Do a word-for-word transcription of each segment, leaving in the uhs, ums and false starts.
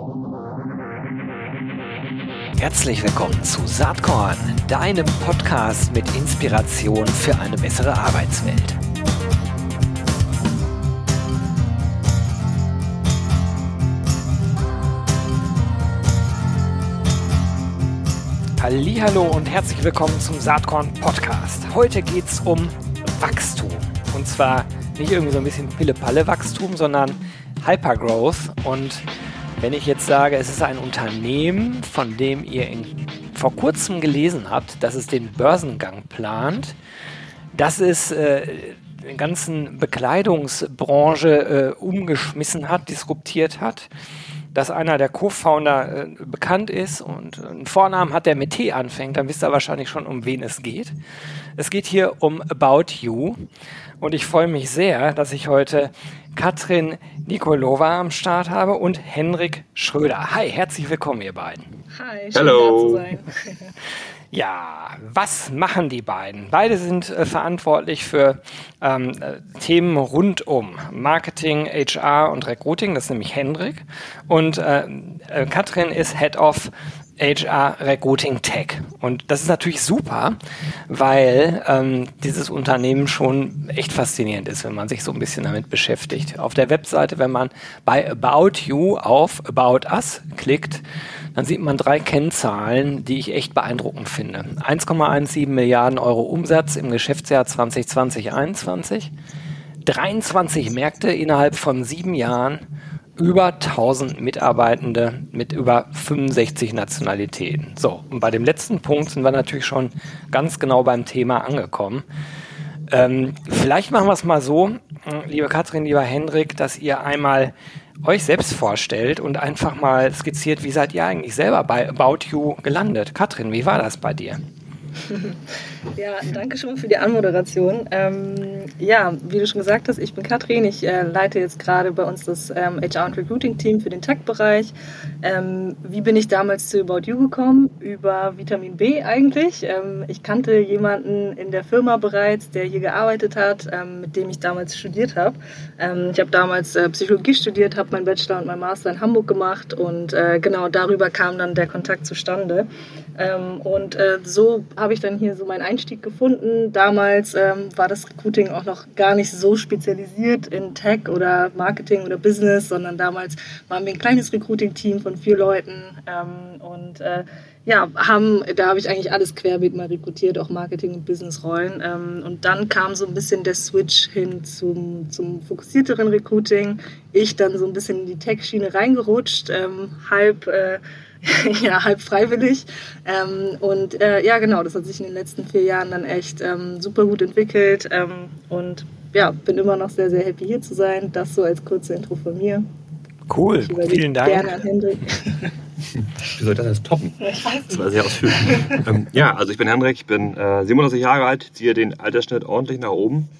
Herzlich willkommen zu Saatkorn, deinem Podcast mit Inspiration für eine bessere Arbeitswelt. Hallihallo und herzlich willkommen zum Saatkorn Podcast. Heute geht es um Wachstum. Und zwar nicht irgendwie so ein bisschen Pille-Palle-Wachstum, sondern Hypergrowth. Und wenn ich jetzt sage, es ist ein Unternehmen, von dem ihr in, vor kurzem gelesen habt, dass es den Börsengang plant, dass es äh, die ganzen Bekleidungsbranche äh, umgeschmissen hat, disruptiert hat, dass einer der Co-Founder äh, bekannt ist und einen Vornamen hat, der mit T anfängt, dann wisst ihr wahrscheinlich schon, um wen es geht. Es geht hier um About You und ich freue mich sehr, dass ich heute Katrin Nikolova am Start habe und Henrik Schröder. Hi, herzlich willkommen, ihr beiden. Hi, schön Hello. Da zu sein. Ja, was machen die beiden? Beide sind äh, verantwortlich für ähm, äh, Themen rund um Marketing, H R und Recruiting, das ist nämlich Henrik. Und äh, äh, Katrin ist Head of H R Recruiting Tech. Und das ist natürlich super, weil ähm, dieses Unternehmen schon echt faszinierend ist, wenn man sich so ein bisschen damit beschäftigt. Auf der Webseite, wenn man bei About You auf About Us klickt, dann sieht man drei Kennzahlen, die ich echt beeindruckend finde. eins Komma siebzehn Milliarden Euro Umsatz im Geschäftsjahr zwanzig zwanzig einundzwanzig, dreiundzwanzig Märkte innerhalb von sieben Jahren, über tausend Mitarbeitende mit über fünfundsechzig Nationalitäten. So, und bei dem letzten Punkt sind wir natürlich schon ganz genau beim Thema angekommen. Ähm, vielleicht machen wir es mal so, liebe Katrin, lieber Henrik, dass ihr einmal euch selbst vorstellt und einfach mal skizziert, wie seid ihr eigentlich selber bei About You gelandet? Katrin, wie war das bei dir? Ja, danke schon für die Anmoderation. Ähm, ja, wie du schon gesagt hast, ich bin Katrin. Ich äh, leite jetzt gerade bei uns das ähm, H R und Recruiting-Team für den Tech-Bereich. Ähm, wie bin ich damals zu About You gekommen? Über Vitamin B eigentlich. Ähm, ich kannte jemanden in der Firma bereits, der hier gearbeitet hat, ähm, mit dem ich damals studiert habe. Ähm, ich habe damals äh, Psychologie studiert, habe meinen Bachelor und meinen Master in Hamburg gemacht und äh, genau darüber kam dann der Kontakt zustande. Ähm, und äh, so habe ich dann hier so meinen Einstieg gefunden. Damals ähm, war das Recruiting auch noch gar nicht so spezialisiert in Tech oder Marketing oder Business, sondern damals waren wir ein kleines Recruiting-Team von vier Leuten ähm, und äh, ja, haben, da habe ich eigentlich alles querbeet mal rekrutiert, auch Marketing- und Business-Rollen. Ähm, und dann kam so ein bisschen der Switch hin zum, zum fokussierteren Recruiting. Ich dann so ein bisschen in die Tech-Schiene reingerutscht, ähm, halb äh, ja, halb freiwillig. Ähm, und äh, ja, genau, das hat sich in den letzten vier Jahren dann echt ähm, super gut entwickelt. Ähm, und ja, bin immer noch sehr, sehr happy hier zu sein. Das so als kurze Intro von mir. Cool, vielen Dank. Gerne an Hendrik. Wie soll ich das jetzt toppen? Das war sehr ausführlich. ähm, ja, also ich bin Hendrik, ich bin äh, siebenunddreißig Jahre alt, ziehe den Altersschnitt ordentlich nach oben.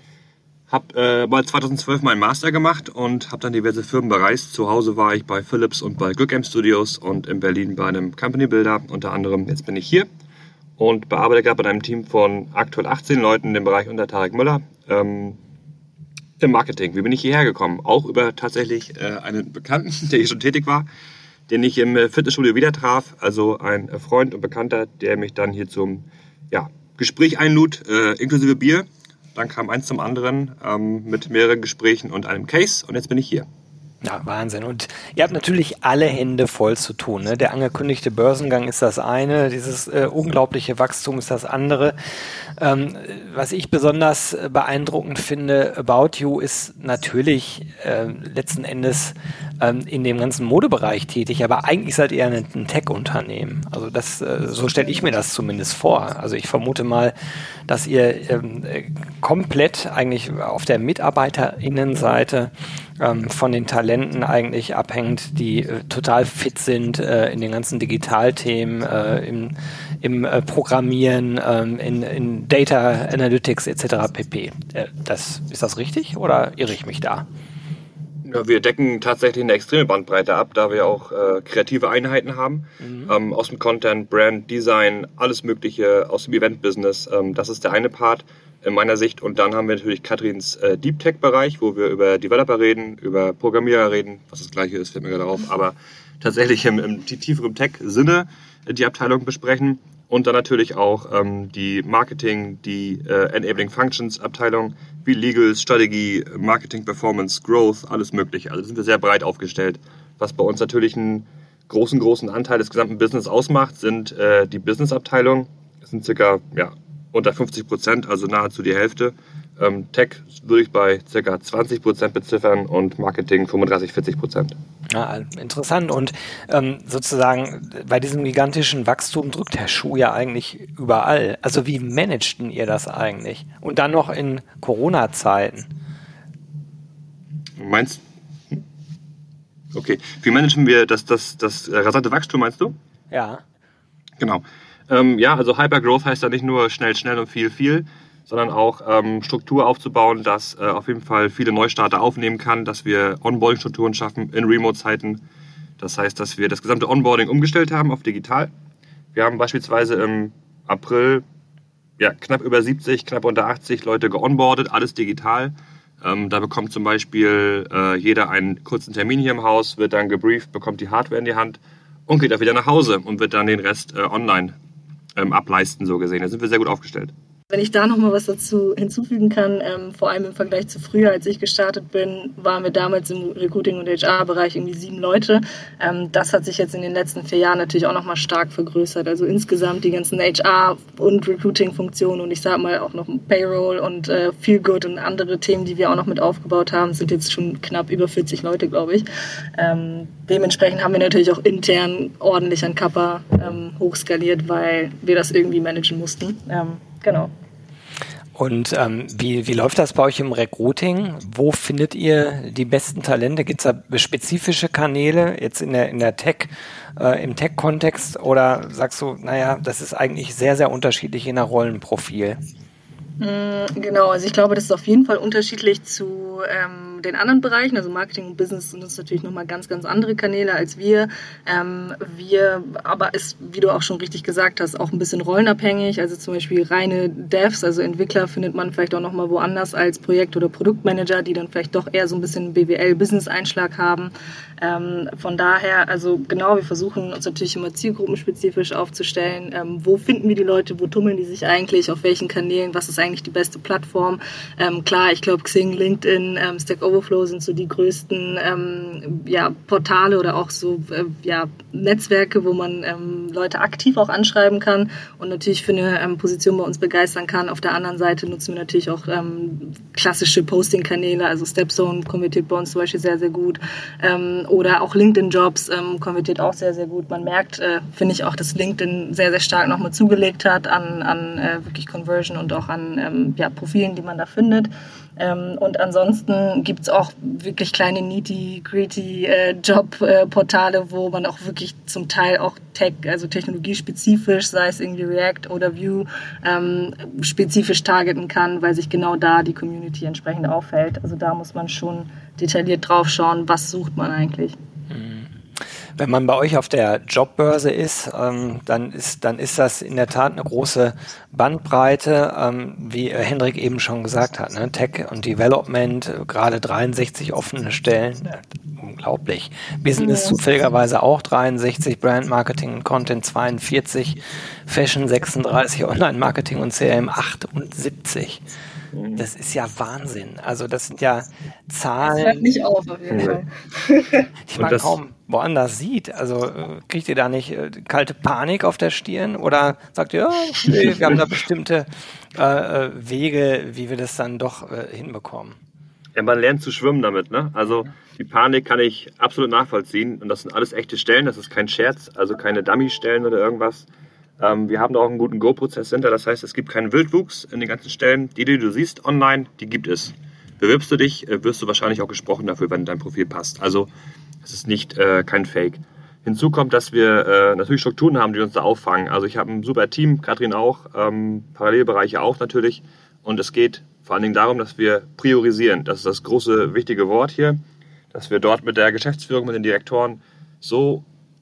Habe äh, bald zweitausendzwölf meinen Master gemacht und habe dann diverse Firmen bereist. Zu Hause war ich bei Philips und bei Good Game Studios und in Berlin bei einem Company Builder. Unter anderem, jetzt bin ich hier und bearbeite gerade bei einem Team von aktuell achtzehn Leuten im Bereich unter Tarek Müller ähm, im Marketing. Wie bin ich hierher gekommen? Auch über tatsächlich äh, einen Bekannten, der hier schon tätig war, den ich im Fitnessstudio wieder traf. Also ein Freund und Bekannter, der mich dann hier zum ja, Gespräch einlud, äh, inklusive Bier. Dann kam eins zum anderen ähm, mit mehreren Gesprächen und einem Case und jetzt bin ich hier. Ja, Wahnsinn. Und ihr habt natürlich alle Hände voll zu tun. Ne? Der angekündigte Börsengang ist das eine, dieses äh, unglaubliche Wachstum ist das andere. Ähm, was ich besonders beeindruckend finde, About You ist natürlich äh, letzten Endes ähm, in dem ganzen Modebereich tätig, aber eigentlich seid ihr ein, ein Tech-Unternehmen. Also das, äh, so stelle ich mir das zumindest vor. Also ich vermute mal, dass ihr ähm, komplett eigentlich auf der MitarbeiterInnenseite ähm, von den Talenten eigentlich abhängt, die äh, total fit sind äh, in den ganzen Digitalthemen, äh, im, im äh, Programmieren, äh, in, in Data Analytics et cetera pp. Äh, das, ist das richtig oder irre ich mich da? Ja, wir decken tatsächlich eine extreme Bandbreite ab, da wir auch äh, kreative Einheiten haben. Mhm. Ähm, aus dem Content, Brand, Design, alles Mögliche aus dem Event-Business. Ähm, das ist der eine Part. in meiner Sicht. Und dann haben wir natürlich Katrins äh, Deep Tech-Bereich, wo wir über Developer reden, über Programmierer reden, was das Gleiche ist, fällt mir gerade auf, aber tatsächlich im, im tieferen Tech-Sinne äh, die Abteilung besprechen. Und dann natürlich auch ähm, die Marketing, die äh, Enabling Functions Abteilung, wie Legal, Strategie, Marketing, Performance, Growth, alles mögliche. Also sind wir sehr breit aufgestellt. Was bei uns natürlich einen großen, großen Anteil des gesamten Business ausmacht, sind äh, die Business-Abteilungen. Das sind circa ja, unter fünfzig Prozent, also nahezu die Hälfte. Ähm, Tech würde ich bei circa zwanzig Prozent beziffern und Marketing fünfunddreißig, vierzig Prozent. Ja, interessant. Und ähm, sozusagen bei diesem gigantischen Wachstum drückt der Schuh ja eigentlich überall. Also wie managten ihr das eigentlich? Und dann noch in Corona-Zeiten. Meinst du? Okay. Wie managen wir das, das, das rasante Wachstum, meinst du? Ja. Genau. Ähm, ja, also Hypergrowth heißt ja nicht nur schnell, schnell und viel, viel, sondern auch ähm, Struktur aufzubauen, dass äh, auf jeden Fall viele Neustarter aufnehmen kann, dass wir Onboarding-Strukturen schaffen in Remote-Zeiten. Das heißt, dass wir das gesamte Onboarding umgestellt haben auf digital. Wir haben beispielsweise im April ja, knapp über siebzig, knapp unter achtzig Leute geonboardet, alles digital. Ähm, da bekommt zum Beispiel äh, jeder einen kurzen Termin hier im Haus, wird dann gebrieft, bekommt die Hardware in die Hand und geht auch wieder nach Hause und wird dann den Rest äh, online ähm, ableisten, so gesehen. Da sind wir sehr gut aufgestellt. Wenn ich da noch mal was dazu hinzufügen kann, ähm, vor allem im Vergleich zu früher, als ich gestartet bin, waren wir damals im Recruiting- und H R-Bereich irgendwie sieben Leute. Ähm, das hat sich jetzt in den letzten vier Jahren natürlich auch noch mal stark vergrößert. Also insgesamt die ganzen H R- und Recruiting-Funktionen und ich sage mal auch noch Payroll und äh, Feel Good und andere Themen, die wir auch noch mit aufgebaut haben, sind jetzt schon knapp über vierzig Leute, glaube ich. Ähm, dementsprechend haben wir natürlich auch intern ordentlich an Kappa ähm, hochskaliert, weil wir das irgendwie managen mussten. Ähm, Genau. Und ähm, wie, wie läuft das bei euch im Recruiting? Wo findet ihr die besten Talente? Gibt es da spezifische Kanäle jetzt in der, in der Tech, äh, im Tech-Kontext? Oder sagst du, naja, das ist eigentlich sehr, sehr unterschiedlich je nach Rollenprofil? Genau, also ich glaube, das ist auf jeden Fall unterschiedlich zu ähm, den anderen Bereichen. Also Marketing und Business sind das natürlich nochmal ganz, ganz andere Kanäle als wir. Ähm, wir, aber ist, wie du auch schon richtig gesagt hast, auch ein bisschen rollenabhängig. Also zum Beispiel reine Devs, also Entwickler findet man vielleicht auch nochmal woanders als Projekt- oder Produktmanager, die dann vielleicht doch eher so ein bisschen B W L-Business-Einschlag haben. Ähm, von daher, also genau, wir versuchen uns natürlich immer zielgruppenspezifisch aufzustellen. Ähm, wo finden wir die Leute, wo tummeln die sich eigentlich, auf welchen Kanälen, was ist eigentlich die beste Plattform? Ähm, klar, ich glaube Xing, LinkedIn, ähm, Stack Overflow sind so die größten ähm, ja, Portale oder auch so äh, ja, Netzwerke, wo man ähm, Leute aktiv auch anschreiben kann und natürlich für eine ähm, Position bei uns begeistern kann. Auf der anderen Seite nutzen wir natürlich auch ähm, klassische Posting-Kanäle, also Stepstone konvertiert bei uns zum Beispiel sehr, sehr gut. Ähm, oder auch LinkedIn-Jobs ähm, konvertiert auch sehr, sehr gut. Man merkt, äh, finde ich auch, dass LinkedIn sehr, sehr stark nochmal zugelegt hat an, an äh, wirklich Conversion und auch an ähm, ja, Profilen, die man da findet. Ähm, und ansonsten gibt es auch wirklich kleine nitty-gritty äh, Job-Portale, äh, wo man auch wirklich zum Teil auch Tech, also technologiespezifisch, sei es irgendwie React oder Vue, ähm, spezifisch targeten kann, weil sich genau da die Community entsprechend auffällt. Also da muss man schon detailliert drauf schauen, was sucht man eigentlich. Wenn man bei euch auf der Jobbörse ist, ähm, dann ist, dann ist das in der Tat eine große Bandbreite, ähm, wie Hendrik eben schon gesagt hat, ne? Tech und Development, äh, gerade dreiundsechzig offene Stellen, äh, unglaublich. Business ja. Zufälligerweise auch dreiundsechzig, Brand Marketing und Content zweiundvierzig, Fashion sechsunddreißig, Online Marketing und C R M achtundsiebzig. Das ist ja Wahnsinn. Also das sind ja Zahlen, das hört nicht auf, auf jeden Fall. die man kaum woanders sieht. Also kriegt ihr da nicht äh, kalte Panik auf der Stirn oder sagt ihr, ja, nee, wir haben da bestimmte äh, Wege, wie wir das dann doch äh, hinbekommen? Ja, man lernt zu schwimmen damit, ne? Also die Panik kann ich absolut nachvollziehen und das sind alles echte Stellen, das ist kein Scherz, also keine Dummy-Stellen oder irgendwas. Ähm, wir haben da auch einen guten Go-Prozess hinter, das heißt, es gibt keinen Wildwuchs in den ganzen Stellen. Die, die du siehst online, die gibt es. Bewirbst du dich, äh, wirst du wahrscheinlich auch gesprochen dafür, wenn dein Profil passt. Also es ist nicht äh, kein Fake. Hinzu kommt, dass wir äh, natürlich Strukturen haben, die uns da auffangen. Also ich habe ein super Team, Katrin auch, ähm, Parallelbereiche auch natürlich. Und es geht vor allen Dingen darum, dass wir priorisieren. Das ist das große, wichtige Wort hier, dass wir dort mit der Geschäftsführung, mit den Direktoren so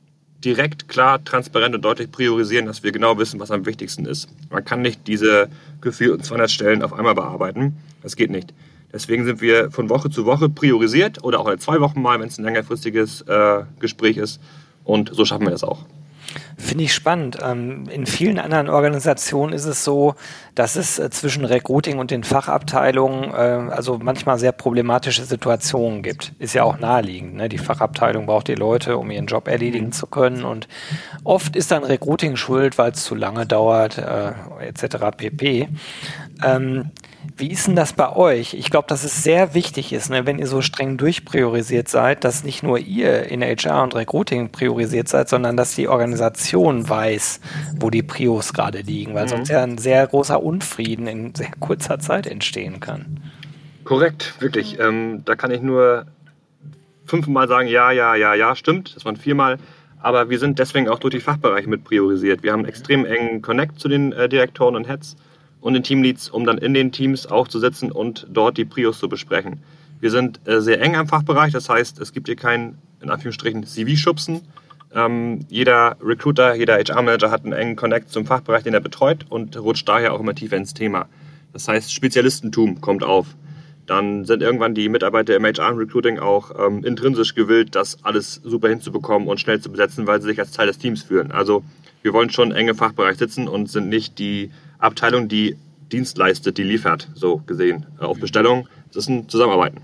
direkt, klar, transparent und deutlich priorisieren, dass wir genau wissen, was am wichtigsten ist. Man kann nicht diese gefühlten zweihundert Stellen auf einmal bearbeiten. Das geht nicht. Deswegen sind wir von Woche zu Woche priorisiert oder auch alle zwei Wochen mal, wenn es ein längerfristiges äh, Gespräch ist. Und so schaffen wir das auch. Finde ich spannend. In vielen anderen Organisationen ist es so, dass es zwischen Recruiting und den Fachabteilungen also manchmal sehr problematische Situationen gibt. Ist ja auch naheliegend. Ne? Die Fachabteilung braucht die Leute, um ihren Job erledigen zu können. Und oft ist dann Recruiting schuld, weil es zu lange dauert, äh, et cetera pp. Ähm, Wie ist denn das bei euch? Ich glaube, dass es sehr wichtig ist, ne, wenn ihr so streng durchpriorisiert seid, dass nicht nur ihr in H R und Recruiting priorisiert seid, sondern dass die Organisation weiß, wo die Prios gerade liegen, weil mhm. sonst ja ein sehr großer Unfrieden in sehr kurzer Zeit entstehen kann. Korrekt, wirklich. Ähm, da kann ich nur fünfmal sagen, ja, ja, ja, ja, stimmt. Das waren viermal. Aber wir sind deswegen auch durch die Fachbereiche mit priorisiert. Wir haben einen extrem engen Connect zu den äh, Direktoren und Heads und den Teamleads, um dann in den Teams auch zu sitzen und dort die Prios zu besprechen. Wir sind äh, sehr eng am Fachbereich, das heißt, es gibt hier keinen, in Anführungsstrichen, C V-Schubsen. Ähm, jeder Recruiter, jeder H R-Manager hat einen engen Connect zum Fachbereich, den er betreut und rutscht daher auch immer tiefer ins Thema. Das heißt, Spezialistentum kommt auf. Dann sind irgendwann die Mitarbeiter im H R-Recruiting auch ähm, intrinsisch gewillt, das alles super hinzubekommen und schnell zu besetzen, weil sie sich als Teil des Teams fühlen. Also wir wollen schon eng im Fachbereich sitzen und sind nicht die Abteilung, die Dienst leistet, die liefert, so gesehen, auf Bestellung. Das ist ein Zusammenarbeiten.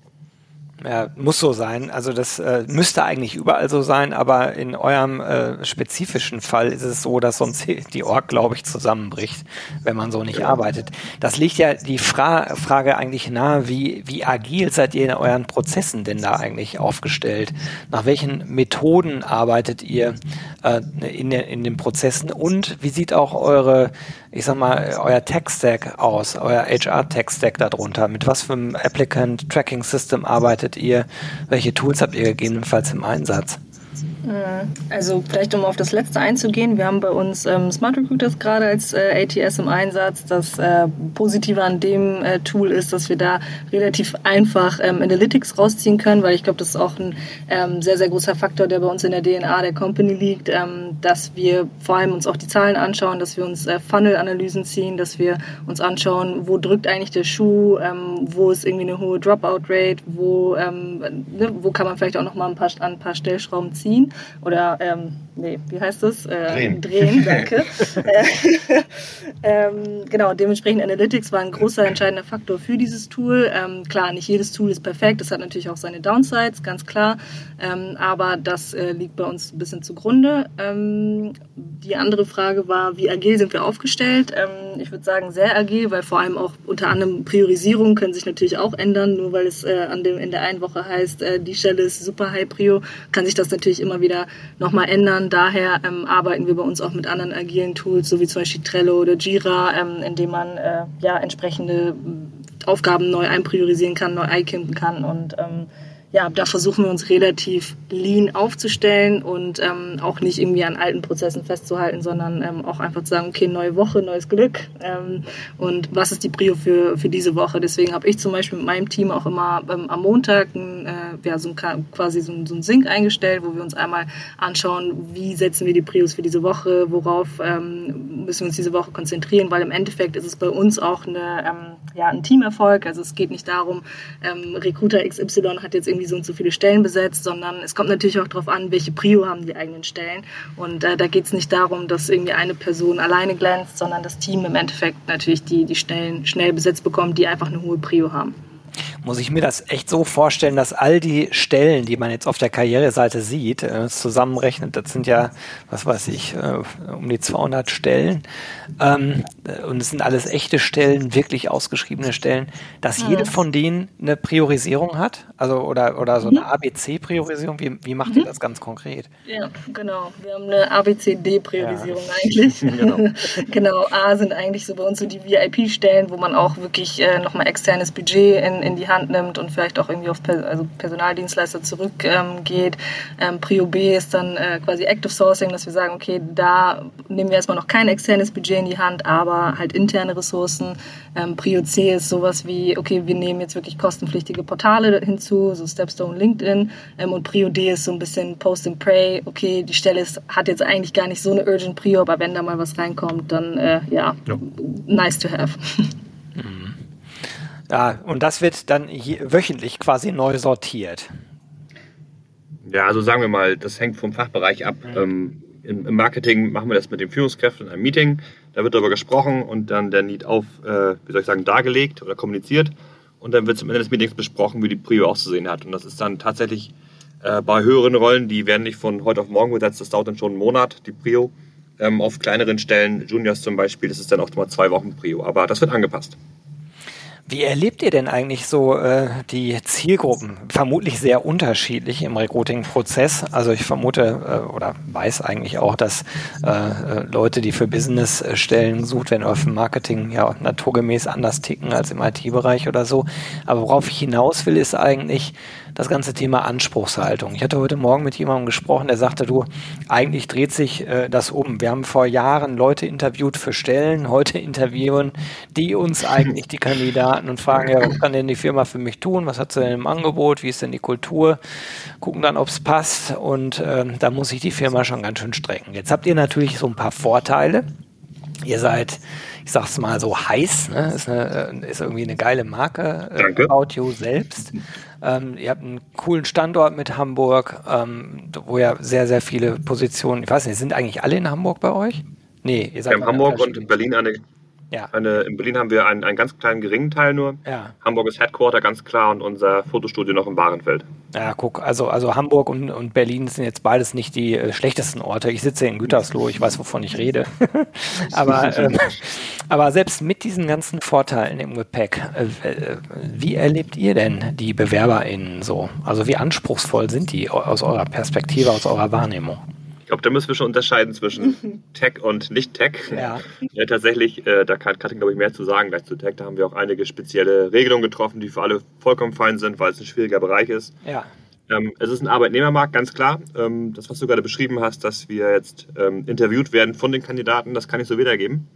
Ja, muss so sein. Also das äh, müsste eigentlich überall so sein, aber in eurem äh, spezifischen Fall ist es so, dass sonst die Org, glaube ich, zusammenbricht, wenn man so nicht ja. arbeitet. Das liegt ja die Fra- Frage eigentlich nahe, wie, wie agil seid ihr in euren Prozessen denn da eigentlich aufgestellt? Nach welchen Methoden arbeitet ihr äh, in, in den Prozessen und wie sieht auch eure, ich sag mal, euer Tech-Stack aus, euer H R-Tech-Stack darunter? Mit was für einem Applicant-Tracking-System arbeitet ihr? Welche Tools habt ihr gegebenenfalls im Einsatz? Also vielleicht um auf das Letzte einzugehen, wir haben bei uns ähm, Smart Recruiters gerade als äh, A T S im Einsatz. Das äh, Positive an dem äh, Tool ist, dass wir da relativ einfach ähm, Analytics rausziehen können, weil ich glaube, das ist auch ein ähm, sehr, sehr großer Faktor, der bei uns in der D N A der Company liegt, ähm, dass wir vor allem uns auch die Zahlen anschauen, dass wir uns äh, Funnel-Analysen ziehen, dass wir uns anschauen, wo drückt eigentlich der Schuh, ähm, wo ist irgendwie eine hohe Dropout-Rate, wo, ähm, ne, wo kann man vielleicht auch noch mal ein paar, an ein paar Stellschrauben ziehen. Oder, ähm, nee, wie heißt das? Äh, drehen. Drehen, danke. ähm, genau, dementsprechend Analytics war ein großer, entscheidender Faktor für dieses Tool. Ähm, klar, nicht jedes Tool ist perfekt, das hat natürlich auch seine Downsides, ganz klar. Ähm, aber das äh, liegt bei uns ein bisschen zugrunde. Ähm, die andere Frage war, wie agil sind wir aufgestellt? Ähm, ich würde sagen, sehr agil, weil vor allem auch unter anderem Priorisierungen können sich natürlich auch ändern. Nur weil es äh, an dem, in der einen Woche heißt, äh, die Stelle ist super High Prio, kann sich das natürlich immer wieder wieder nochmal ändern. Daher ähm, arbeiten wir bei uns auch mit anderen agilen Tools, so wie zum Beispiel Trello oder Jira, ähm, in dem man äh, ja, entsprechende Aufgaben neu einpriorisieren kann, neu einkimpen kann und ähm, ja, da versuchen wir uns relativ lean aufzustellen und ähm, auch nicht irgendwie an alten Prozessen festzuhalten, sondern ähm, auch einfach zu sagen, okay, neue Woche, neues Glück ähm, und was ist die Prio für, für diese Woche. Deswegen habe ich zum Beispiel mit meinem Team auch immer ähm, am Montag ein, äh, ja, so ein, quasi so ein, so ein Sync eingestellt, wo wir uns einmal anschauen, wie setzen wir die Prios für diese Woche, worauf ähm, müssen wir uns diese Woche konzentrieren, weil im Endeffekt ist es bei uns auch eine, ähm, ja, ein Teamerfolg. Also es geht nicht darum, ähm, Recruiter X Y hat jetzt irgendwie so und so viele Stellen besetzt, sondern es kommt natürlich auch darauf an, welche Prio haben die eigenen Stellen. Und äh, da geht es nicht darum, dass irgendwie eine Person alleine glänzt, sondern das Team im Endeffekt natürlich die, die Stellen schnell besetzt bekommt, die einfach eine hohe Prio haben. Muss ich mir das echt so vorstellen, dass all die Stellen, die man jetzt auf der Karriereseite sieht, äh, zusammenrechnet, das sind ja, was weiß ich, äh, um die zweihundert Stellen ähm, und es sind alles echte Stellen, wirklich ausgeschriebene Stellen, dass mhm. jede von denen eine Priorisierung hat, also oder, oder so eine mhm. A B C-Priorisierung, wie, wie macht mhm. ihr das ganz konkret? Ja, genau, wir haben eine A B C D-Priorisierung ja. eigentlich. genau. genau, A sind eigentlich so bei uns so die V I P-Stellen, wo man auch wirklich äh, nochmal externes Budget in, in die Hand Hand nimmt und vielleicht auch irgendwie auf per- also Personaldienstleister zurückgeht. Ähm, ähm, Prio B ist dann äh, quasi Active Sourcing, dass wir sagen, okay, da nehmen wir erstmal noch kein externes Budget in die Hand, aber halt interne Ressourcen. Ähm, Prio C ist sowas wie, okay, wir nehmen jetzt wirklich kostenpflichtige Portale hinzu, so Stepstone, LinkedIn. Ähm, und Prio D ist so ein bisschen Post and Pray. Okay, die Stelle ist, hat jetzt eigentlich gar nicht so eine Urgent Prio, aber wenn da mal was reinkommt, dann äh, ja, ja, nice to have. Ja, und das wird dann je, wöchentlich quasi neu sortiert. Ja, also sagen wir mal, das hängt vom Fachbereich ab. Mhm. Ähm, im, Im Marketing machen wir das mit den Führungskräften in einem Meeting. Da wird darüber gesprochen und dann der Need auf, äh, wie soll ich sagen, dargelegt oder kommuniziert. Und dann wird am Ende des Meetings besprochen, wie die Prio auszusehen hat. Und das ist dann tatsächlich äh, bei höheren Rollen, die werden nicht von heute auf morgen gesetzt. Das dauert dann schon einen Monat, die Prio. Ähm, auf kleineren Stellen, Juniors zum Beispiel, das ist dann auch mal zwei Wochen Prio. Aber das wird angepasst. Wie erlebt ihr denn eigentlich so äh, die Zielgruppen? Vermutlich sehr unterschiedlich im Recruiting-Prozess. Also ich vermute äh, oder weiß eigentlich auch, dass äh, Leute, die für Business-Stellen gesucht werden oder für Marketing, ja naturgemäß anders ticken als im I T-Bereich oder so. Aber worauf ich hinaus will, ist eigentlich das ganze Thema Anspruchshaltung. Ich hatte heute Morgen mit jemandem gesprochen, der sagte, du, eigentlich dreht sich äh, das um. Wir haben vor Jahren Leute interviewt für Stellen, heute interviewen die uns eigentlich die Kandidaten und fragen, ja, was kann denn die Firma für mich tun? Was hat sie denn im Angebot? Wie ist denn die Kultur? Gucken dann, ob es passt und äh, da muss sich die Firma schon ganz schön strecken. Jetzt habt ihr natürlich so ein paar Vorteile. Ihr seid, ich sag's mal so, heiß, ne? Ist, eine, ist irgendwie eine geile Marke, äh, About You selbst. Ähm, ihr habt einen coolen Standort mit Hamburg, ähm, wo ja sehr, sehr viele Positionen, ich weiß nicht, sind eigentlich alle in Hamburg bei euch? Nee, ihr seid ja, in Hamburg und in Berlin eine, ja. eine, in Berlin haben wir einen, einen ganz kleinen, geringen Teil nur. Ja. Hamburg ist Headquarter, ganz klar, und unser Fotostudio noch im Bahrenfeld. Ja, guck, also, also Hamburg und, und Berlin sind jetzt beides nicht die äh, schlechtesten Orte. Ich sitze in Gütersloh, ich weiß, wovon ich rede. aber, ähm, aber selbst mit diesen ganzen Vorteilen im Gepäck, äh, wie erlebt ihr denn die BewerberInnen so? Also wie anspruchsvoll sind die aus eurer Perspektive, aus eurer Wahrnehmung? Ich glaube, da müssen wir schon unterscheiden zwischen Tech und Nicht-Tech. Ja. Ja, tatsächlich, äh, da kann Katrin, glaube ich, mehr zu sagen gleich zu Tech. Da haben wir auch einige spezielle Regelungen getroffen, die für alle vollkommen fein sind, weil es ein schwieriger Bereich ist. Ja. Ähm, es ist ein Arbeitnehmermarkt, ganz klar. Ähm, das, was du gerade beschrieben hast, dass wir jetzt ähm, interviewt werden von den Kandidaten, das kann ich so wiedergeben.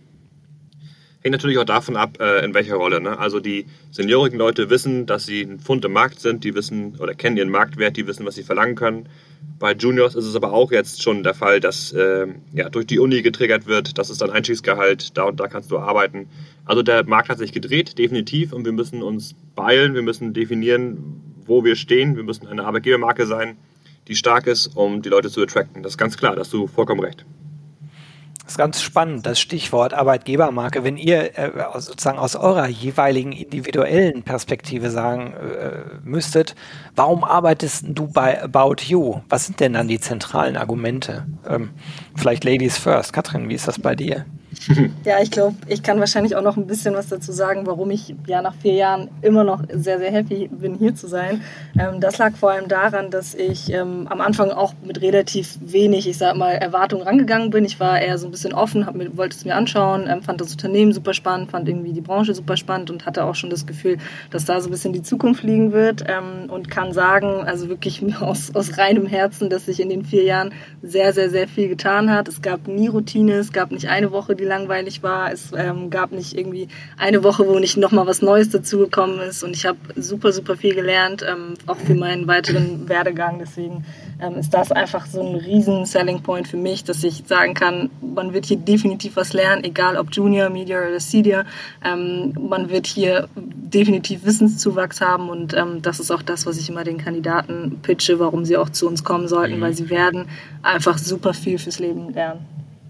Hängt natürlich auch davon ab, äh, in welcher Rolle. Ne? Also die seniorigen Leute wissen, dass sie ein Pfund im Markt sind, die wissen oder kennen ihren Marktwert, die wissen, was sie verlangen können. Bei Juniors ist es aber auch jetzt schon der Fall, dass äh, ja, durch die Uni getriggert wird, das ist dann Einstiegsgehalt, da und da kannst du arbeiten. Also der Markt hat sich gedreht, definitiv, und wir müssen uns beeilen, wir müssen definieren, wo wir stehen, wir müssen eine Arbeitgebermarke sein, die stark ist, um die Leute zu attracten. Das ist ganz klar, da hast du vollkommen recht. Das ist ganz spannend, das Stichwort Arbeitgebermarke. Wenn ihr äh, sozusagen aus eurer jeweiligen individuellen Perspektive sagen äh, müsstet, warum arbeitest du bei About You? Was sind denn dann die zentralen Argumente? Ähm, vielleicht Ladies first. Katrin, wie ist das bei dir? Ja, ich glaube, ich kann wahrscheinlich auch noch ein bisschen was dazu sagen, warum ich ja nach vier Jahren immer noch sehr, sehr happy bin, hier zu sein. Ähm, das lag vor allem daran, dass ich ähm, am Anfang auch mit relativ wenig, ich sag mal, Erwartungen rangegangen bin. Ich war eher so ein bisschen offen, hab mir, wollte es mir anschauen, ähm, fand das Unternehmen super spannend, fand irgendwie die Branche super spannend und hatte auch schon das Gefühl, dass da so ein bisschen die Zukunft liegen wird, ähm, und kann sagen, also wirklich aus, aus reinem Herzen, dass sich in den vier Jahren sehr, sehr, sehr viel getan hat. Es gab nie Routine, es gab nicht eine Woche, die langweilig war. Es ähm, gab nicht irgendwie eine Woche, wo nicht nochmal was Neues dazugekommen ist. Und ich habe super, super viel gelernt, ähm, auch für meinen weiteren Werdegang. Deswegen ähm, ist das einfach so ein riesen Selling Point für mich, dass ich sagen kann, man wird hier definitiv was lernen, egal ob Junior, Media oder Senior. Ähm, man wird hier definitiv Wissenszuwachs haben und ähm, das ist auch das, was ich immer den Kandidaten pitche, warum sie auch zu uns kommen sollten, mhm. weil sie werden einfach super viel fürs Leben lernen.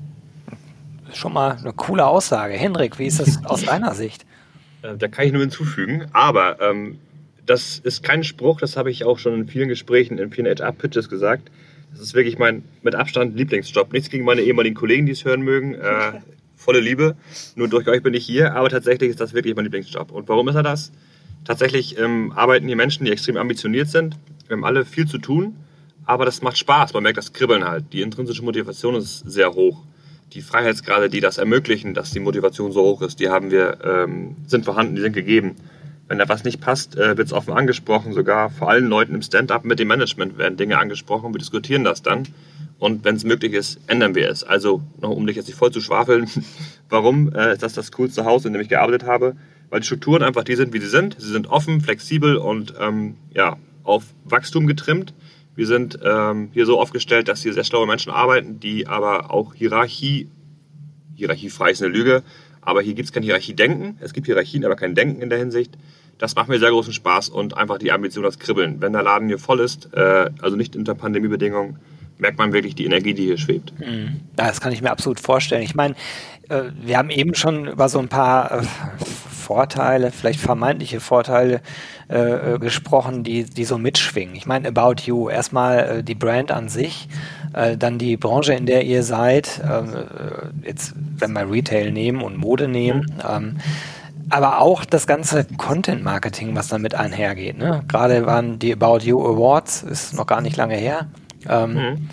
Schon mal eine coole Aussage. Hendrik, wie ist das aus deiner Sicht? Da kann ich nur hinzufügen, aber ähm, das ist kein Spruch, das habe ich auch schon in vielen Gesprächen, in vielen H R-Pitches gesagt. Das ist wirklich mein mit Abstand Lieblingsjob. Nichts gegen meine ehemaligen Kollegen, die es hören mögen. Äh, volle Liebe. Nur durch euch bin ich hier, aber tatsächlich ist das wirklich mein Lieblingsjob. Und warum ist er das? Tatsächlich ähm, arbeiten hier Menschen, die extrem ambitioniert sind. Wir haben alle viel zu tun, aber das macht Spaß. Man merkt das Kribbeln halt. Die intrinsische Motivation ist sehr hoch. Die Freiheitsgrade, die das ermöglichen, dass die Motivation so hoch ist, die haben wir, ähm, sind vorhanden, die sind gegeben. Wenn da was nicht passt, äh, wird es offen angesprochen, sogar vor allen Leuten im Stand-up mit dem Management werden Dinge angesprochen, wir diskutieren das dann und wenn es möglich ist, ändern wir es. Also, noch, um dich jetzt nicht voll zu schwafeln, warum äh, ist das das coolste Haus, in dem ich gearbeitet habe? Weil die Strukturen einfach die sind, wie sie sind. Sie sind offen, flexibel und ähm, ja, auf Wachstum getrimmt. Wir sind ähm, hier so aufgestellt, dass hier sehr schlaue Menschen arbeiten, die aber auch Hierarchie, hierarchiefrei ist eine Lüge, aber hier gibt es kein Hierarchiedenken. Es gibt Hierarchien, aber kein Denken in der Hinsicht. Das macht mir sehr großen Spaß und einfach die Ambition, das Kribbeln. Wenn der Laden hier voll ist, äh, also nicht unter Pandemiebedingungen, merkt man wirklich die Energie, die hier schwebt. Mhm. Das kann ich mir absolut vorstellen. Ich meine, äh, wir haben eben schon über so ein paar äh, Vorteile, vielleicht vermeintliche Vorteile äh, gesprochen, die, die so mitschwingen. Ich meine, About You, erstmal äh, die Brand an sich, äh, dann die Branche, in der ihr seid, äh, jetzt, wenn wir Retail nehmen und Mode nehmen, mhm. ähm, aber auch das ganze Content-Marketing, was damit einhergeht. Ne? Gerade waren die About You Awards, ist noch gar nicht lange her. Ähm, mhm.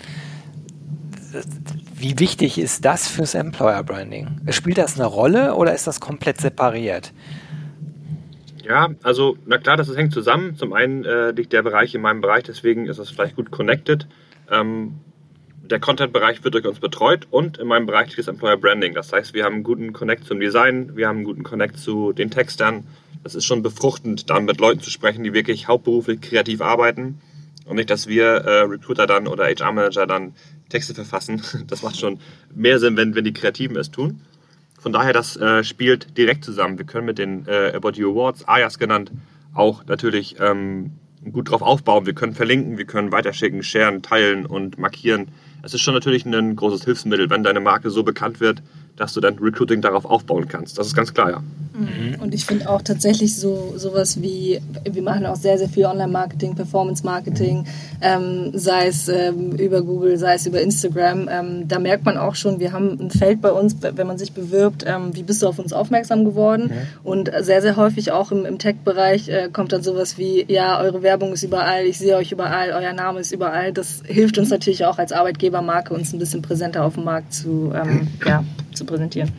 Wie wichtig ist das fürs Employer Branding? Spielt das eine Rolle oder ist das komplett separiert? Ja, also na klar, das hängt zusammen. Zum einen äh, liegt der Bereich in meinem Bereich, deswegen ist das vielleicht gut connected. Ähm, der Content-Bereich wird durch uns betreut und in meinem Bereich liegt das Employer Branding. Das heißt, wir haben einen guten Connect zum Design, wir haben einen guten Connect zu den Textern. Das ist schon befruchtend, dann mit Leuten zu sprechen, die wirklich hauptberuflich kreativ arbeiten. Und nicht, dass wir äh, Recruiter dann oder H R-Manager dann Texte verfassen. Das macht schon mehr Sinn, wenn, wenn die Kreativen es tun. Von daher, das äh, spielt direkt zusammen. Wir können mit den äh, About You Awards, A Y A S genannt, auch natürlich ähm, gut drauf aufbauen. Wir können verlinken, wir können weiterschicken, sharen, teilen und markieren. Es ist schon natürlich ein großes Hilfsmittel, wenn deine Marke so bekannt wird, dass du dann Recruiting darauf aufbauen kannst. Das ist ganz klar, ja. Mhm. Und ich finde auch tatsächlich so sowas wie, wir machen auch sehr, sehr viel Online-Marketing, Performance-Marketing, ähm, sei es ähm, über Google, sei es über Instagram. Ähm, da merkt man auch schon, wir haben ein Feld bei uns, wenn man sich bewirbt, ähm, wie bist du auf uns aufmerksam geworden? Ja. Und sehr, sehr häufig auch im, im Tech-Bereich äh, kommt dann sowas wie, ja, eure Werbung ist überall, ich sehe euch überall, euer Name ist überall. Das hilft uns natürlich auch als Arbeitgebermarke, uns ein bisschen präsenter auf dem Markt zu, ähm, ja, zu präsentieren.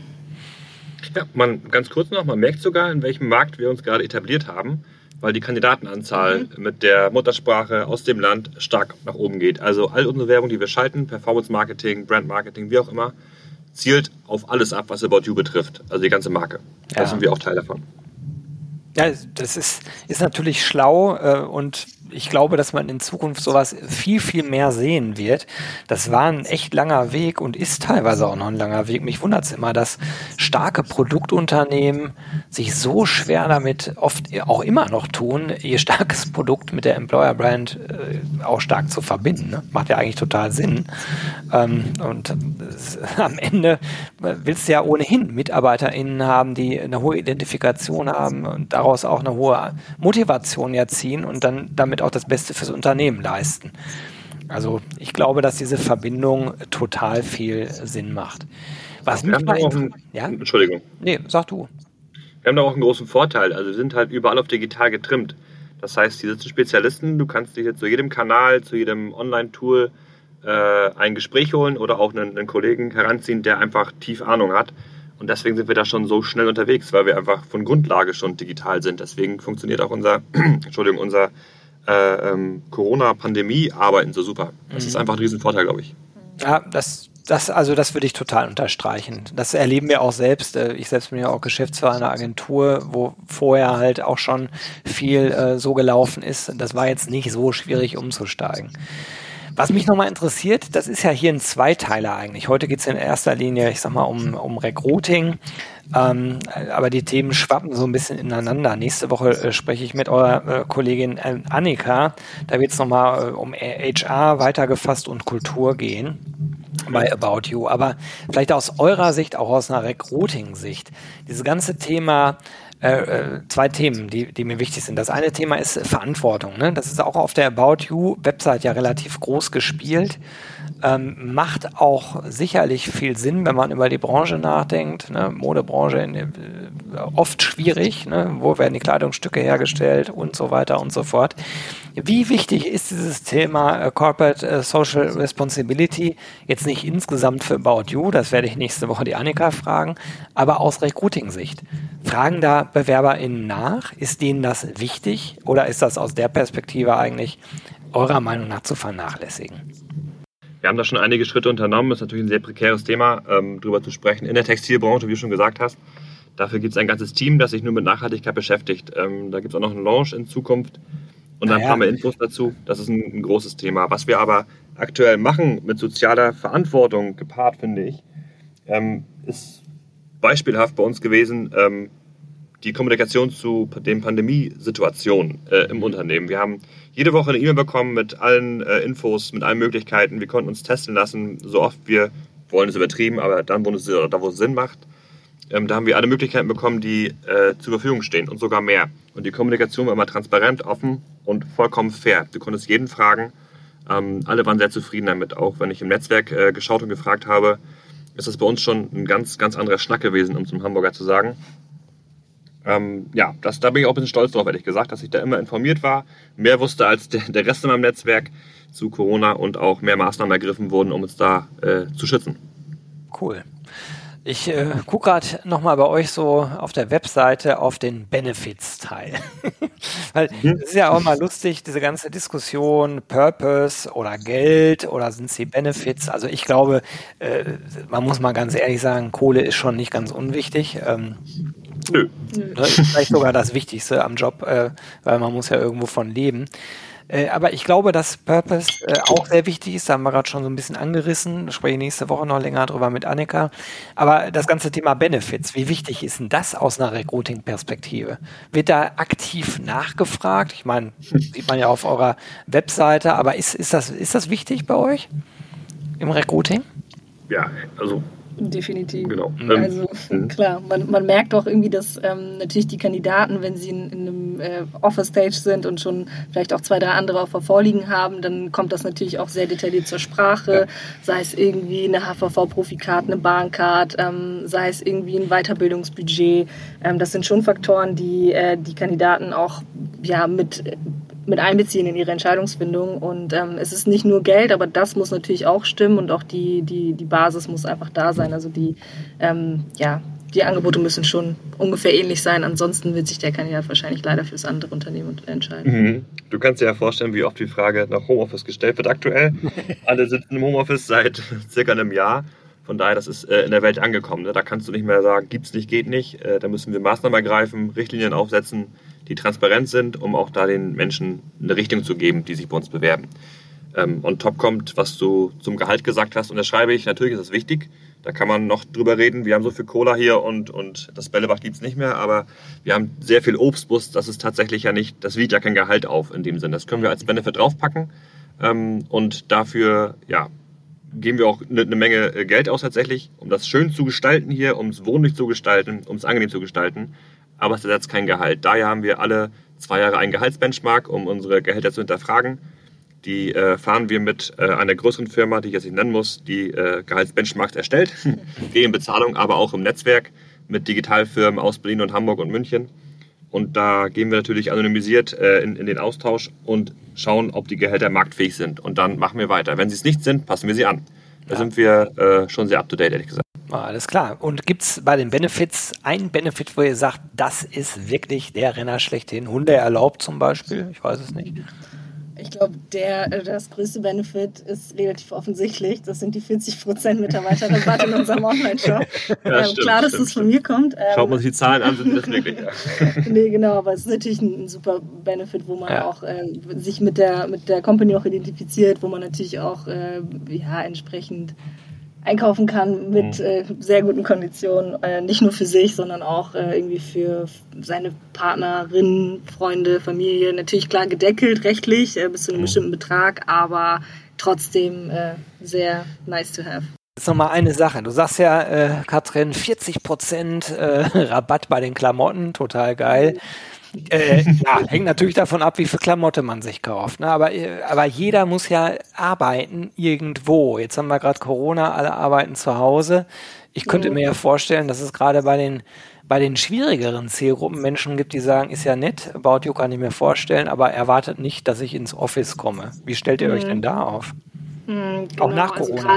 Ja, man, ganz kurz noch, man merkt sogar, in welchem Markt wir uns gerade etabliert haben, weil die Kandidatenanzahl mhm. mit der Muttersprache aus dem Land stark nach oben geht. Also all unsere Werbung, die wir schalten, Performance Marketing, Brand Marketing, wie auch immer, zielt auf alles ab, was About You betrifft. Also die ganze Marke. Da ja. sind wir auch Teil davon. Ja, das ist, ist natürlich schlau äh, und ich glaube, dass man in Zukunft sowas viel, viel mehr sehen wird. Das war ein echt langer Weg und ist teilweise auch noch ein langer Weg. Mich wundert es immer, dass starke Produktunternehmen sich so schwer damit oft auch immer noch tun, ihr starkes Produkt mit der Employer Brand äh, auch stark zu verbinden. Ne? Macht ja eigentlich total Sinn. Ähm, und äh, am Ende willst du ja ohnehin MitarbeiterInnen haben, die eine hohe Identifikation haben und daraus auch eine hohe Motivation ja ziehen und dann damit auch das Beste fürs Unternehmen leisten. Also ich glaube, dass diese Verbindung total viel Sinn macht. Was mich mal ein, ja? Entschuldigung. Nee, sag du. Wir haben da auch einen großen Vorteil. Also wir sind halt überall auf digital getrimmt. Das heißt, hier sitzen Spezialisten. Du kannst dich jetzt zu jedem Kanal, zu jedem Online-Tool äh, ein Gespräch holen oder auch einen, einen Kollegen heranziehen, der einfach tief Ahnung hat. Und deswegen sind wir da schon so schnell unterwegs, weil wir einfach von Grundlage schon digital sind. Deswegen funktioniert auch unser, Entschuldigung, unser äh, ähm, Corona-Pandemie-Arbeiten so super. Das mhm. ist einfach ein Riesenvorteil, glaube ich. Ja, das, das, also das würde ich total unterstreichen. Das erleben wir auch selbst. Ich selbst bin ja auch Geschäftsführer einer Agentur, wo vorher halt auch schon viel äh, so gelaufen ist. Das war jetzt nicht so schwierig umzusteigen. Was mich nochmal interessiert, das ist ja hier ein Zweiteiler eigentlich. Heute geht es in erster Linie, ich sag mal, um, um Recruiting, ähm, aber die Themen schwappen so ein bisschen ineinander. Nächste Woche äh, spreche ich mit eurer äh, Kollegin äh, Annika. Da wird es nochmal äh, um H R weitergefasst und Kultur gehen bei About You. Aber vielleicht aus eurer Sicht, auch aus einer Recruiting-Sicht, dieses ganze Thema, Äh, zwei Themen, die, die mir wichtig sind. Das eine Thema ist Verantwortung. Ne? Das ist auch auf der About You-Website ja relativ groß gespielt. Ähm, macht auch sicherlich viel Sinn, wenn man über die Branche nachdenkt. Ne? Modebranche in, äh, oft schwierig. Ne? Wo werden die Kleidungsstücke hergestellt und so weiter und so fort. Wie wichtig ist dieses Thema äh, Corporate äh, Social Responsibility jetzt nicht insgesamt für About You, das werde ich nächste Woche die Annika fragen, aber aus Recruiting-Sicht. Fragen da BewerberInnen nach? Ist denen das wichtig oder ist das aus der Perspektive eigentlich eurer Meinung nach zu vernachlässigen? Wir haben da schon einige Schritte unternommen. Das ist natürlich ein sehr prekäres Thema, ähm, darüber zu sprechen. In der Textilbranche, wie du schon gesagt hast, dafür gibt es ein ganzes Team, das sich nur mit Nachhaltigkeit beschäftigt. Ähm, da gibt es auch noch einen Launch in Zukunft und ein paar mehr Infos dazu. Das ist ein, ein großes Thema. Was wir aber aktuell machen mit sozialer Verantwortung gepaart, finde ich, ähm, ist beispielhaft bei uns gewesen, ähm, die Kommunikation zu den Pandemiesituationen äh, im Unternehmen. Wir haben jede Woche eine E-Mail bekommen mit allen äh, Infos, mit allen Möglichkeiten. Wir konnten uns testen lassen, so oft wir wollen, es übertrieben, aber dann, wo es, da, wo es Sinn macht. Ähm, da haben wir alle Möglichkeiten bekommen, die äh, zur Verfügung stehen und sogar mehr. Und die Kommunikation war immer transparent, offen und vollkommen fair. Du konntest jeden fragen. Ähm, alle waren sehr zufrieden damit. Auch wenn ich im Netzwerk äh, geschaut und gefragt habe, ist das bei uns schon ein ganz, ganz anderer Schnack gewesen, um zum Hamburger zu sagen. Ähm, ja, das, da bin ich auch ein bisschen stolz drauf, ehrlich gesagt, dass ich da immer informiert war, mehr wusste als der, der Rest in meinem Netzwerk zu Corona und auch mehr Maßnahmen ergriffen wurden, um uns da äh, zu schützen. Cool. Ich äh, gucke gerade nochmal bei euch so auf der Webseite auf den Benefits-Teil. Weil es mhm. ist ja auch mal lustig, diese ganze Diskussion, Purpose oder Geld oder sind es die Benefits? Also ich glaube, äh, man muss mal ganz ehrlich sagen, Kohle ist schon nicht ganz unwichtig. Ähm, Nö. Das ist vielleicht sogar das Wichtigste am Job, äh, weil man muss ja irgendwo von leben. Äh, aber ich glaube, dass Purpose äh, auch sehr wichtig ist. Da haben wir gerade schon so ein bisschen angerissen. Da spreche ich nächste Woche noch länger drüber mit Annika. Aber das ganze Thema Benefits, wie wichtig ist denn das aus einer Recruiting-Perspektive? Wird da aktiv nachgefragt? Ich meine, sieht man ja auf eurer Webseite. Aber ist, ist, das, ist das wichtig bei euch im Recruiting? Ja, also definitiv. Genau. Also ähm, klar, man, man merkt auch irgendwie, dass ähm, natürlich die Kandidaten, wenn sie in, in einem äh, Offer-Stage sind und schon vielleicht auch zwei, drei andere Offer vorliegen haben, dann kommt das natürlich auch sehr detailliert zur Sprache, ja. Sei es irgendwie eine H V V-Profikarte, eine Bahncard, ähm, sei es irgendwie ein Weiterbildungsbudget. Ähm, das sind schon Faktoren, die äh, die Kandidaten auch ja, mit mit einbeziehen in ihre Entscheidungsfindung. Und ähm, es ist nicht nur Geld, aber das muss natürlich auch stimmen und auch die, die, die Basis muss einfach da sein. Also die, ähm, ja, die Angebote müssen schon ungefähr ähnlich sein. Ansonsten wird sich der Kandidat wahrscheinlich leider fürs andere Unternehmen entscheiden. Mhm. Du kannst dir ja vorstellen, wie oft die Frage nach Homeoffice gestellt wird aktuell. Alle sitzen im Homeoffice seit circa einem Jahr. Von daher, das ist äh, in der Welt angekommen. Ne? Da kannst du nicht mehr sagen, gibt's nicht, geht nicht. Äh, da müssen wir Maßnahmen ergreifen, Richtlinien aufsetzen, die transparent sind, um auch da den Menschen eine Richtung zu geben, die sich bei uns bewerben. Ähm, on top kommt, was du zum Gehalt gesagt hast, unterschreibe ich. Natürlich ist das wichtig. Da kann man noch drüber reden. Wir haben so viel Cola hier und, und das Bällebad gibt's nicht mehr. Aber wir haben sehr viel Obstbus. Das ist tatsächlich ja nicht, das wiegt ja kein Gehalt auf in dem Sinn. Das können wir als Benefit draufpacken. Ähm, und dafür, ja, geben wir auch eine, eine Menge Geld aus tatsächlich, um das schön zu gestalten hier, um es wohnlich zu gestalten, um es angenehm zu gestalten. Aber es ersetzt kein Gehalt. Daher haben wir alle zwei Jahre einen Gehaltsbenchmark, um unsere Gehälter zu hinterfragen. Die äh, fahren wir mit äh, einer größeren Firma, die ich jetzt nicht nennen muss, die äh, Gehaltsbenchmarks erstellt. Gehen Bezahlung, aber auch im Netzwerk mit Digitalfirmen aus Berlin und Hamburg und München. Und da gehen wir natürlich anonymisiert äh, in, in den Austausch und schauen, ob die Gehälter marktfähig sind. Und dann machen wir weiter. Wenn sie es nicht sind, passen wir sie an. Da ja. sind wir äh, schon sehr up-to-date, ehrlich gesagt. Ah, alles klar. Und gibt es bei den Benefits einen Benefit, wo ihr sagt, das ist wirklich der Renner schlechthin? Hunde erlaubt zum Beispiel? Ich weiß es nicht. Ich glaube, der das größte Benefit ist relativ offensichtlich. Das sind die vierzig Prozent Mitarbeiterrabatt in unserem Online-Shop. Ja, ähm, stimmt, klar, dass stimmt, das von mir kommt. Ähm, Schaut man sich die Zahlen an, sind das wirklich. Ja. Nee, genau, aber es ist natürlich ein, ein super Benefit, wo man ja. auch äh, sich mit der, mit der Company auch identifiziert, wo man natürlich auch äh, ja, entsprechend einkaufen kann mit äh, sehr guten Konditionen, äh, nicht nur für sich, sondern auch äh, irgendwie für seine Partnerin, Freunde, Familie. Natürlich klar gedeckelt rechtlich äh, bis zu einem bestimmten Betrag, aber trotzdem äh, sehr nice to have. Jetzt nochmal eine Sache. Du sagst ja, äh, Katrin, vierzig Prozent äh, Rabatt bei den Klamotten, total geil. Äh, ja, hängt natürlich davon ab, wie viel Klamotte man sich kauft. Ne? Aber, aber jeder muss ja arbeiten irgendwo. Jetzt haben wir gerade Corona, alle arbeiten zu Hause. Ich könnte mir ja vorstellen, dass es gerade bei den, bei den schwierigeren Zielgruppen Menschen gibt, die sagen, ist ja nett, About You kann ich mir vorstellen, aber erwartet nicht, dass ich ins Office komme. Wie stellt ihr mhm. euch denn da auf? Mhm, genau. Auch nach Corona. Also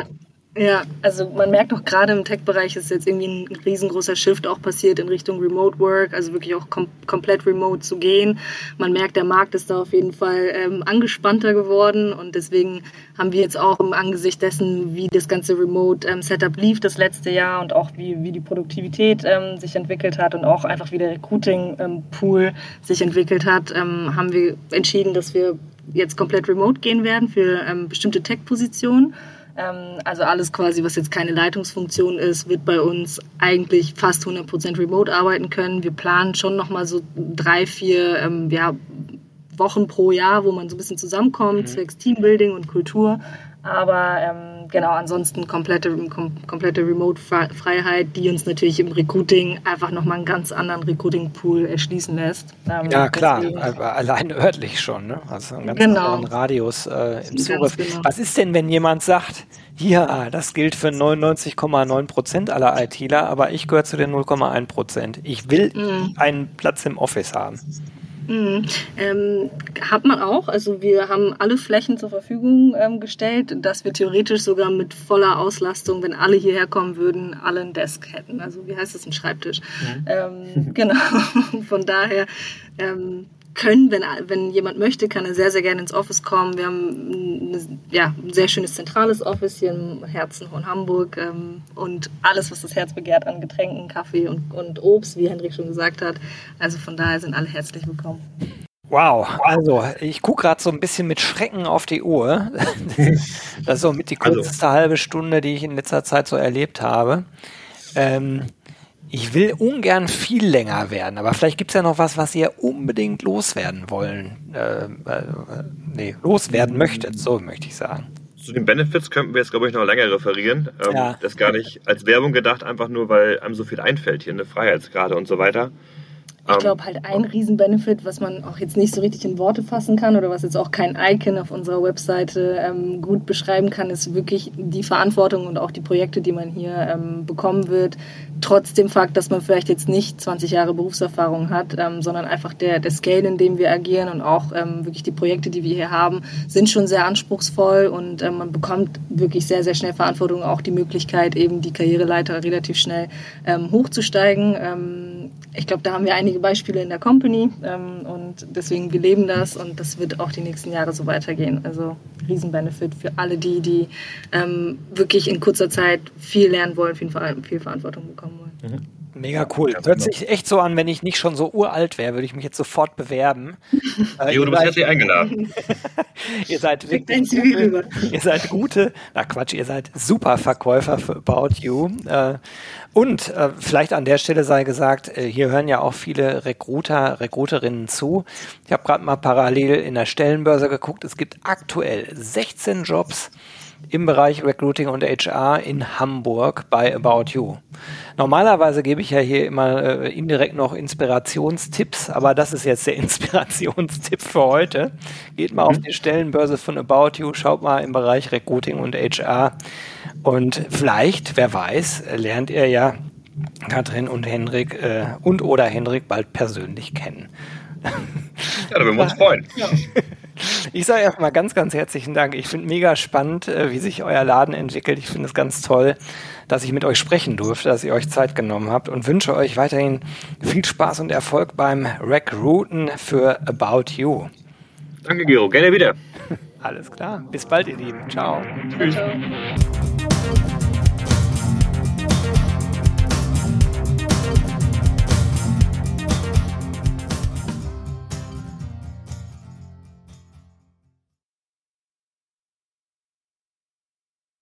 Ja, also man merkt auch gerade im Tech-Bereich ist jetzt irgendwie ein riesengroßer Shift auch passiert in Richtung Remote Work, also wirklich auch kom- komplett remote zu gehen. Man merkt, der Markt ist da auf jeden Fall ähm, angespannter geworden und deswegen haben wir jetzt auch im Angesicht dessen, wie das ganze Remote-Setup ähm, lief das letzte Jahr und auch wie, wie die Produktivität ähm, sich entwickelt hat und auch einfach wie der Recruiting-Pool ähm, sich entwickelt hat, ähm, haben wir entschieden, dass wir jetzt komplett remote gehen werden für ähm, bestimmte Tech-Positionen. Also alles quasi, was jetzt keine Leitungsfunktion ist, wird bei uns eigentlich fast hundert Prozent remote arbeiten können. Wir planen schon nochmal so drei, vier ähm, ja, Wochen pro Jahr, wo man so ein bisschen zusammenkommt, mhm. zwecks Teambuilding und Kultur. Aber ähm, genau, ansonsten komplette, kom- komplette Remote-Freiheit, die uns natürlich im Recruiting einfach nochmal einen ganz anderen Recruiting-Pool erschließen lässt. Ähm, ja, klar, aber allein örtlich schon, ne? Also einen ganz genau. anderen Radius äh, im Zugriff. Genau. Was ist denn, wenn jemand sagt, ja, das gilt für neunundneunzig Komma neun Prozent aller ITler, aber ich gehöre zu den null Komma eins Prozent. Ich will mhm. einen Platz im Office haben. Mhm. Ähm, hat man auch. Also wir haben alle Flächen zur Verfügung ähm, gestellt, dass wir theoretisch sogar mit voller Auslastung, wenn alle hierher kommen würden, alle einen Desk hätten. Also wie heißt das, ein Schreibtisch? Mhm. Ähm, genau. Von daher ähm, können, wenn, wenn jemand möchte, kann er sehr, sehr gerne ins Office kommen. Wir haben ein, ja, ein sehr schönes zentrales Office hier im Herzen von Hamburg ähm, und alles, was das Herz begehrt an Getränken, Kaffee und, und Obst, wie Hendrik schon gesagt hat. Also von daher sind alle herzlich willkommen. Wow, also ich gucke gerade so ein bisschen mit Schrecken auf die Uhr. Das ist so mit die kürzeste also. halbe Stunde, die ich in letzter Zeit so erlebt habe. Ähm, Ich will ungern viel länger werden, aber vielleicht gibt es ja noch was, was ihr unbedingt loswerden wollen. Äh, äh, nee, loswerden möchtet, so möchte ich sagen. Zu den Benefits könnten wir jetzt, glaube ich, noch länger referieren. Ähm, ja. Das ist gar nicht als Werbung gedacht, einfach nur, weil einem so viel einfällt hier, eine Freiheitsgrade und so weiter. Ich glaube halt ein Riesenbenefit, was man auch jetzt nicht so richtig in Worte fassen kann oder was jetzt auch kein Icon auf unserer Webseite ähm, gut beschreiben kann, ist wirklich die Verantwortung und auch die Projekte, die man hier ähm, bekommen wird. Trotz dem Fakt, dass man vielleicht jetzt nicht zwanzig Jahre Berufserfahrung hat, ähm, sondern einfach der, der Scale, in dem wir agieren und auch ähm, wirklich die Projekte, die wir hier haben, sind schon sehr anspruchsvoll und ähm, man bekommt wirklich sehr, sehr schnell Verantwortung, auch die Möglichkeit, eben die Karriereleiter relativ schnell ähm, hochzusteigen. Ähm, ich glaube, da haben wir einige Beispiele in der Company ähm, und deswegen, wir leben das und das wird auch die nächsten Jahre so weitergehen. Also Riesenbenefit für alle die, die ähm, wirklich in kurzer Zeit viel lernen wollen, viel, viel Verantwortung bekommen wollen. Mhm. Mega cool. Hört sich echt so an, wenn ich nicht schon so uralt wäre, würde ich mich jetzt sofort bewerben. äh, jo, du bist herzlich eingeladen. Ihr seid wirklich gute, ihr seid gute, na Quatsch, ihr seid super Verkäufer für About You. Äh, und äh, vielleicht an der Stelle sei gesagt, äh, hier hören ja auch viele Recruiter, Recruiterinnen zu. Ich habe gerade mal parallel in der Stellenbörse geguckt. Es gibt aktuell sechzehn Jobs im Bereich Recruiting und H R in Hamburg bei About You. Normalerweise gebe ich ja hier immer äh, indirekt noch Inspirationstipps, aber das ist jetzt der Inspirationstipp für heute. Geht mal mhm. auf die Stellenbörse von About You, schaut mal im Bereich Recruiting und H R und vielleicht, wer weiß, lernt ihr ja Katrin und Hendrik äh, und oder Hendrik bald persönlich kennen. Ja, da würden wir uns freuen. Ja. Ich sage erstmal ganz, ganz herzlichen Dank. Ich finde mega spannend, wie sich euer Laden entwickelt. Ich finde es ganz toll, dass ich mit euch sprechen durfte, dass ihr euch Zeit genommen habt und wünsche euch weiterhin viel Spaß und Erfolg beim Recruiten für About You. Danke, Gero. Gerne wieder. Alles klar. Bis bald, ihr Lieben. Ciao. Tschüss. Ciao.